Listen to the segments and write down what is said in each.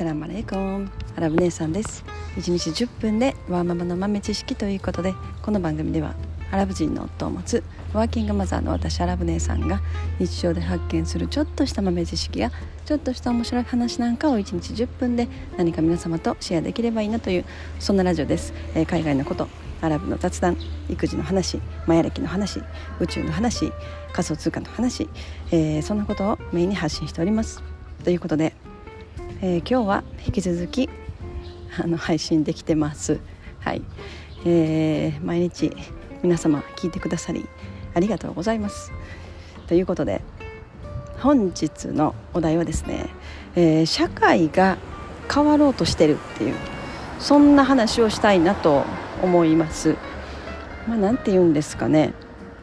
サラムアレイコン、アラブ姉さんです。1日10分でワーママの豆知識ということで、この番組ではアラブ人の夫を持つワーキングマザーの私アラブ姉さんが日常で発見するちょっとした豆知識やちょっとした面白い話なんかを1日10分で何か皆様とシェアできればいいなという、そんなラジオです。海外のこと、アラブの雑談、育児の話、マヤ歴の話、宇宙の話、仮想通貨の話、そんなことをメインに発信しております。ということで、今日は引き続き配信できてます。はい、毎日皆様聞いてくださりありがとうございます。ということで本日のお題はですね、社会が変わろうとしてるっていう、そんな話をしたいなと思います。なんて言うんですかね、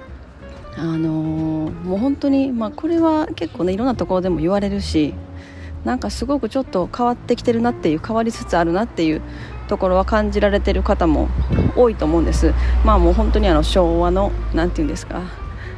もう本当に、これは結構ねいろんなところでも言われるし、なんかすごくちょっと変わってきてるなっていう、変わりつつあるなっていうところは感じられてる方も多いと思うんです。もう本当に昭和のなんていうんですか、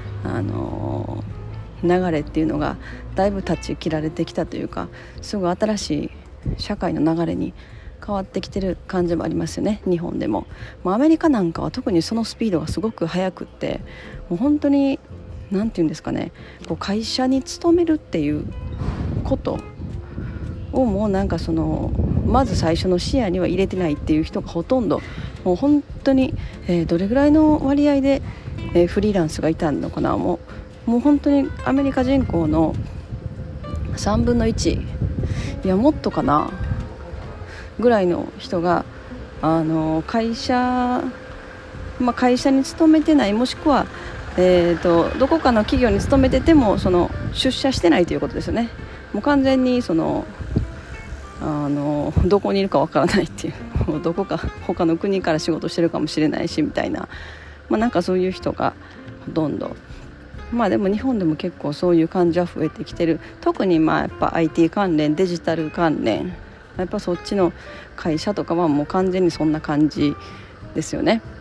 流れっていうのがだいぶ断ち切られてきたというか、すごい新しい社会の流れに変わってきてる感じもありますよね。日本でも、アメリカなんかは特にそのスピードがすごく速くって、もう本当になんていうんですかね、こう会社に勤めるっていうことをもうなんかまず最初の視野には入れてないっていう人がほとんど、もう本当に、どれぐらいの割合で、フリーランスがいたのかな、もう本当にアメリカ人口の3分の1、いやもっとかなぐらいの人が会社に勤めてない、もしくは、どこかの企業に勤めてても出社してないということですよね。もう完全にどこにいるかわからないっていう、もうどこか他の国から仕事してるかもしれないしみたいな、なんかそういう人がほとんど。でも日本でも結構そういう感じは増えてきてる。特にやっぱ IT 関連、デジタル関連、やっぱそっちの会社とかはもう完全にそんな感じですよね。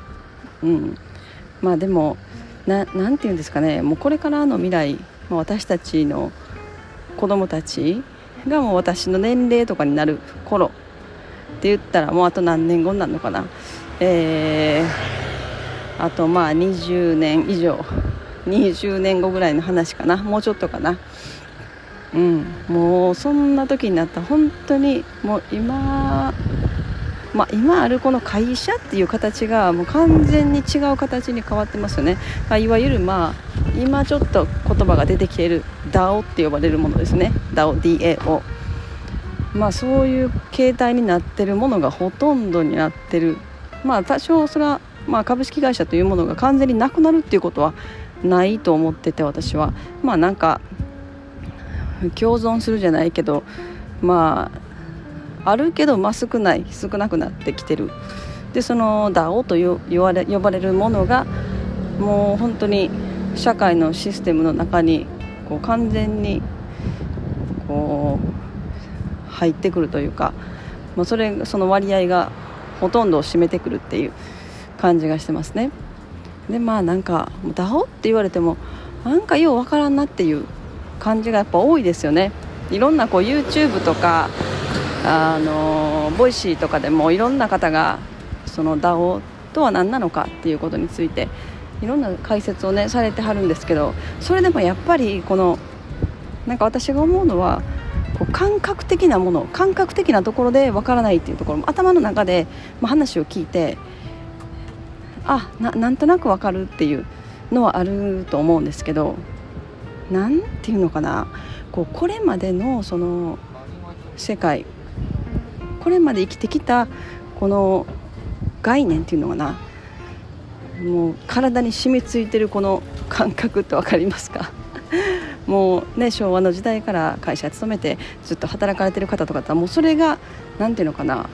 でもなんていうんですかね、もうこれからの未来、私たちの子供たちがもう私の年齢とかになる頃って言ったら、もうあと何年後になるのかな、あと20年以上、20年後ぐらいの話かな、もうちょっとかな。もうそんな時になったら本当にもう今あるこの会社っていう形がもう完全に違う形に変わってますよね。いわゆる今ちょっと言葉が出てきている DAO って呼ばれるものですね。 DAO、そういう形態になってるものがほとんどになってる。多少それは株式会社というものが完全になくなるっていうことはないと思ってて、私はなんか共存するじゃないけど、あるけど少なくなってきてる。でその DAO と呼ばれるものがもう本当に社会のシステムの中にこう完全にこう入ってくるというか、その割合がほとんどを占めてくるっていう感じがしてますね。でなんか DAO って言われてもなんかようわからんなっていう感じがやっぱ多いですよね。いろんなYouTube とかボイシーとかでもいろんな方がその DAO とは何なのかっていうことについていろんな解説をされてはるんですけど、それでもやっぱりなんか私が思うのは感覚的なもの、感覚的なところでわからないっていうところも頭の中で話を聞いてなんとなくわかるっていうのはあると思うんですけど、なんていうのかな、これまでのその世界、これまで生きてきたこの概念っていうのかな、もう体に染みついてるこの感覚って分かりますか？もうね、昭和の時代から会社に勤めてずっと働かれてる方とかってもうそれがなんていうのかな、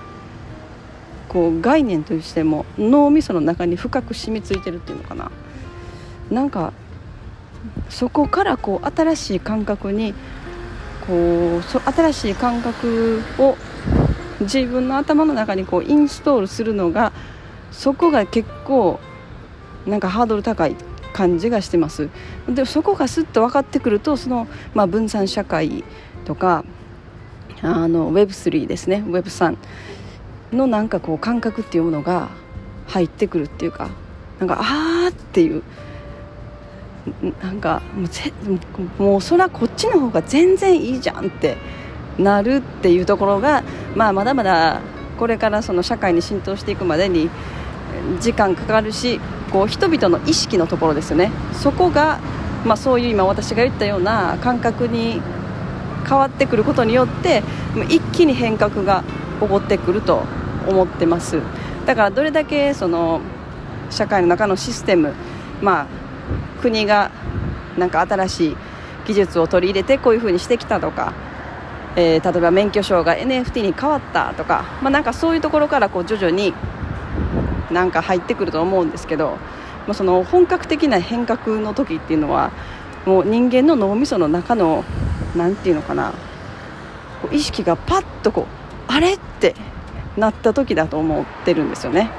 概念としても脳みその中に深く染みついてるっていうのかな。なんかそこから新しい感覚に新しい感覚を自分の頭の中にインストールするのが、そこが結構なんかハードル高い感じがしてます。でそこがスッと分かってくると分散社会とか Web3 ですね、Web3 のなんかこう感覚っていうものが入ってくるっていうか、なんかっていう、なんかもうそらこっちの方が全然いいじゃんってなるっていうところが、まだまだこれからその社会に浸透していくまでに時間かかるし、こう人々の意識のところですよね。そこが、そういう今私が言ったような感覚に変わってくることによって一気に変革が起こってくると思ってます。だからどれだけその社会の中のシステム、国がなんか新しい技術を取り入れてこういう風にしてきたとか、例えば免許証が NFT に変わったとか、なんかそういうところからこう徐々になんか入ってくると思うんですけど、その本格的な変革の時っていうのはもう人間の脳みその中のなんていうのかな、意識がパッとこうあれってなった時だと思ってるんですよね。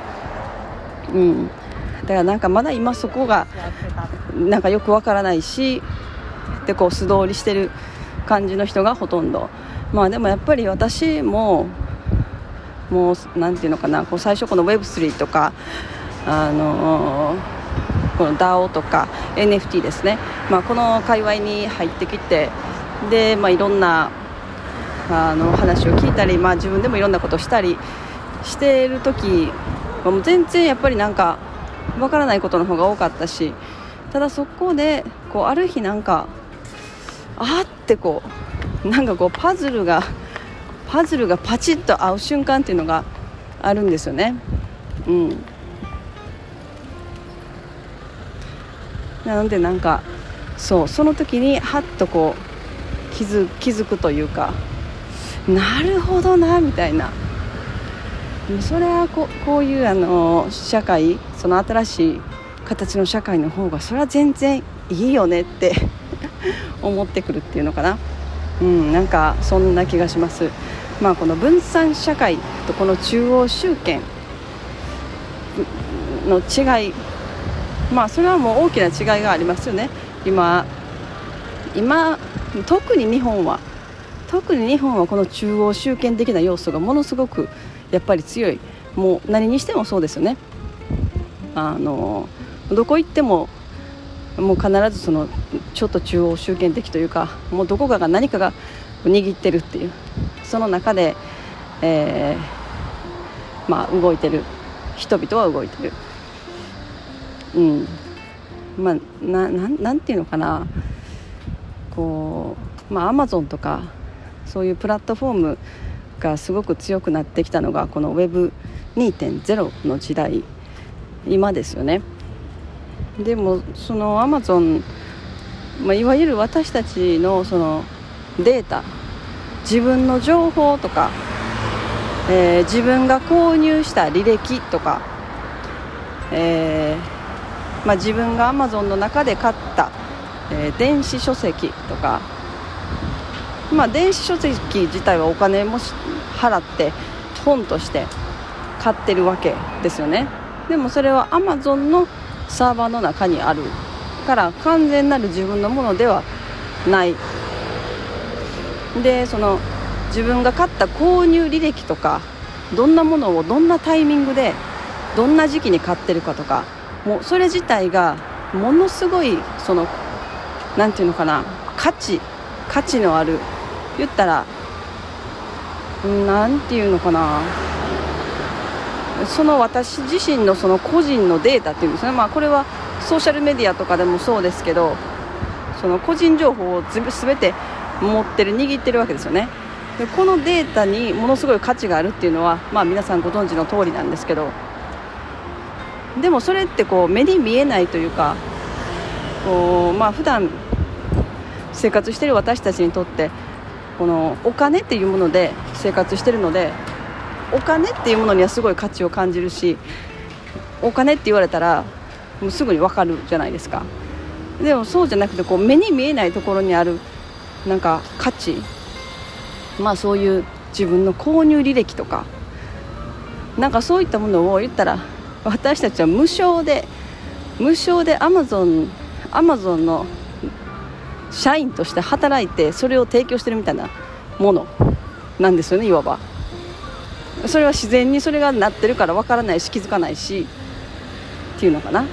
だからなんかまだ今そこがなんかよくわからないし、でこう素通りしてる感じの人がほとんど。でもやっぱり私ももうなんていうのかな、こう最初この Web3 とかこの DAO とか NFT ですね、この界隈に入ってきて、で、いろんな話を聞いたり、自分でもいろんなことをしたりしている時、もう全然やっぱりなんかわからないことの方が多かったし、ただそこでこうある日なんかってこうなんかこうパズルがパチッと合う瞬間っていうのがあるんですよね。なのでなんかその時にハッとこう気づくというか、なるほどなみたいな、それはこういう社会、その新しい形の社会の方がそれは全然いいよねって思ってくるっていうのかな。なんかそんな気がします。この分散社会とこの中央集権の違い、それはもう大きな違いがありますよね。今特に日本はこの中央集権的な要素がものすごくやっぱり強い。もう何にしてもそうですよね。どこ行ってももう必ずそのちょっと中央集権的というか、もうどこかが何かが握ってるっていう、その中で、動いてる人々は動いてる。なんていうのかな、こうAmazonとかそういうプラットフォームがすごく強くなってきたのがこの Web2.0 の時代、今ですよね。でもその Amazon、いわゆる私たちのそのデータ、自分の情報とか、自分が購入した履歴とか、自分が Amazon の中で買った、電子書籍とか、電子書籍自体はお金も払って本として買ってるわけですよね。でもそれは Amazon のサーバーの中にあるから完全なる自分のものではない。でその自分が買った購入履歴とか、どんなものをどんなタイミングでどんな時期に買ってるかとか、もうそれ自体がものすごいそのなんていうのかな、価値のある、言ったらなんていうのかな、その私自身のその個人のデータっていうんですね。これはソーシャルメディアとかでもそうですけど、その個人情報を全て握ってるわけですよね。でこのデータにものすごい価値があるっていうのは、皆さんご存知の通りなんですけど、でもそれってこう目に見えないというか、普段生活している私たちにとってこのお金っていうもので生活しているので、お金っていうものにはすごい価値を感じるし、お金って言われたらもうすぐに分かるじゃないですか。でもそうじゃなくて、こう目に見えないところにあるなんか価値、そういう自分の購入履歴とか、なんかそういったものを言ったら私たちは無償でAmazon の社員として働いてそれを提供してるみたいなものなんですよね。いわばそれは自然にそれがなってるから分からないし気づかないしっていうのかな。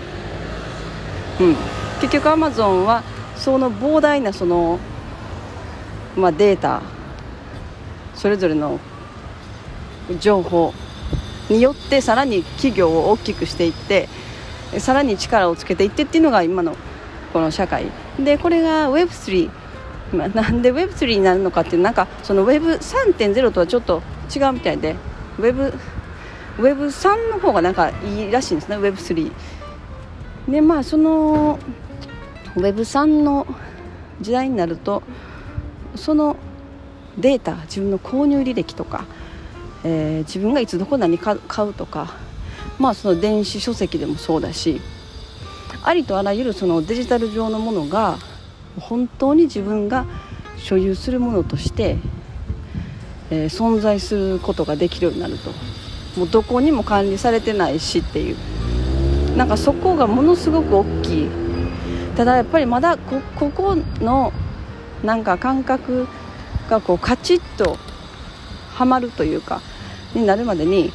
結局アマゾンはその膨大なその、データ、それぞれの情報によってさらに企業を大きくしていって、さらに力をつけていってっていうのが今のこの社会で、これが Web3、なんで Web3 になるのかっていう、なんかその Web3.0 とはちょっと違うみたいで、Web3 の方がなんかいいらしいんですね。 Web3 で、その Web3 の時代になると、そのデータ、自分の購入履歴とか、自分がいつどこ何買うとか、その電子書籍でもそうだし、ありとあらゆるそのデジタル上のものが本当に自分が所有するものとして、存在することができるようになると、もうどこにも管理されてないしっていう、なんかそこがものすごく大きい。ただやっぱりまだここのなんか感覚がこうカチッとはまるというかになるまでに、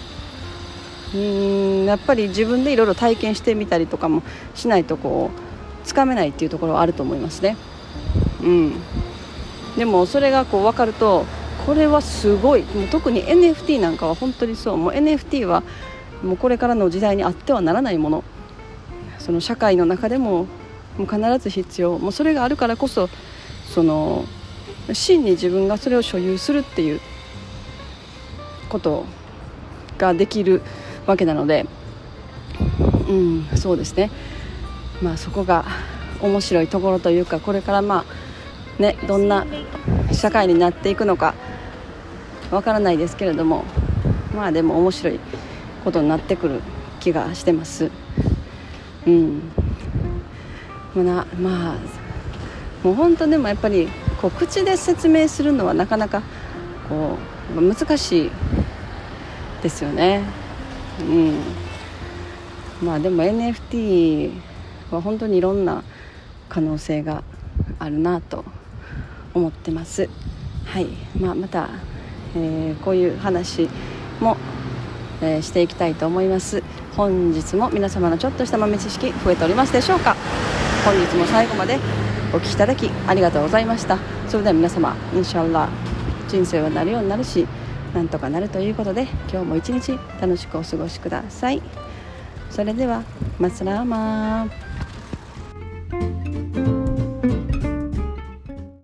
やっぱり自分でいろいろ体験してみたりとかもしないとこうつかめないっていうところはあると思いますね。でもそれがこう分かると、これはすごい。もう特に NFT なんかは本当にそう。もう NFT はもうこれからの時代にあってはならないもの、その社会の中でも必ず必要。もうそれがあるからこそ、その真に自分がそれを所有するっていうことができるわけなので、そうですね。そこが面白いところというか、これからどんな社会になっていくのかわからないですけれども、でも面白いことになってくる気がしてます。もう本当でもやっぱりこう口で説明するのはなかなかこう難しいですよね。でも NFT は本当にいろんな可能性があるなと思ってます。はい。また、こういう話も、していきたいと思います。本日も皆様のちょっとした豆知識増えておりますでしょうか。本日も最後までお聞きいただきありがとうございました。それでは皆様、インシャアラ人生はなるようになるし、なんとかなるということで、今日も一日楽しくお過ごしください。それではマスラーマー。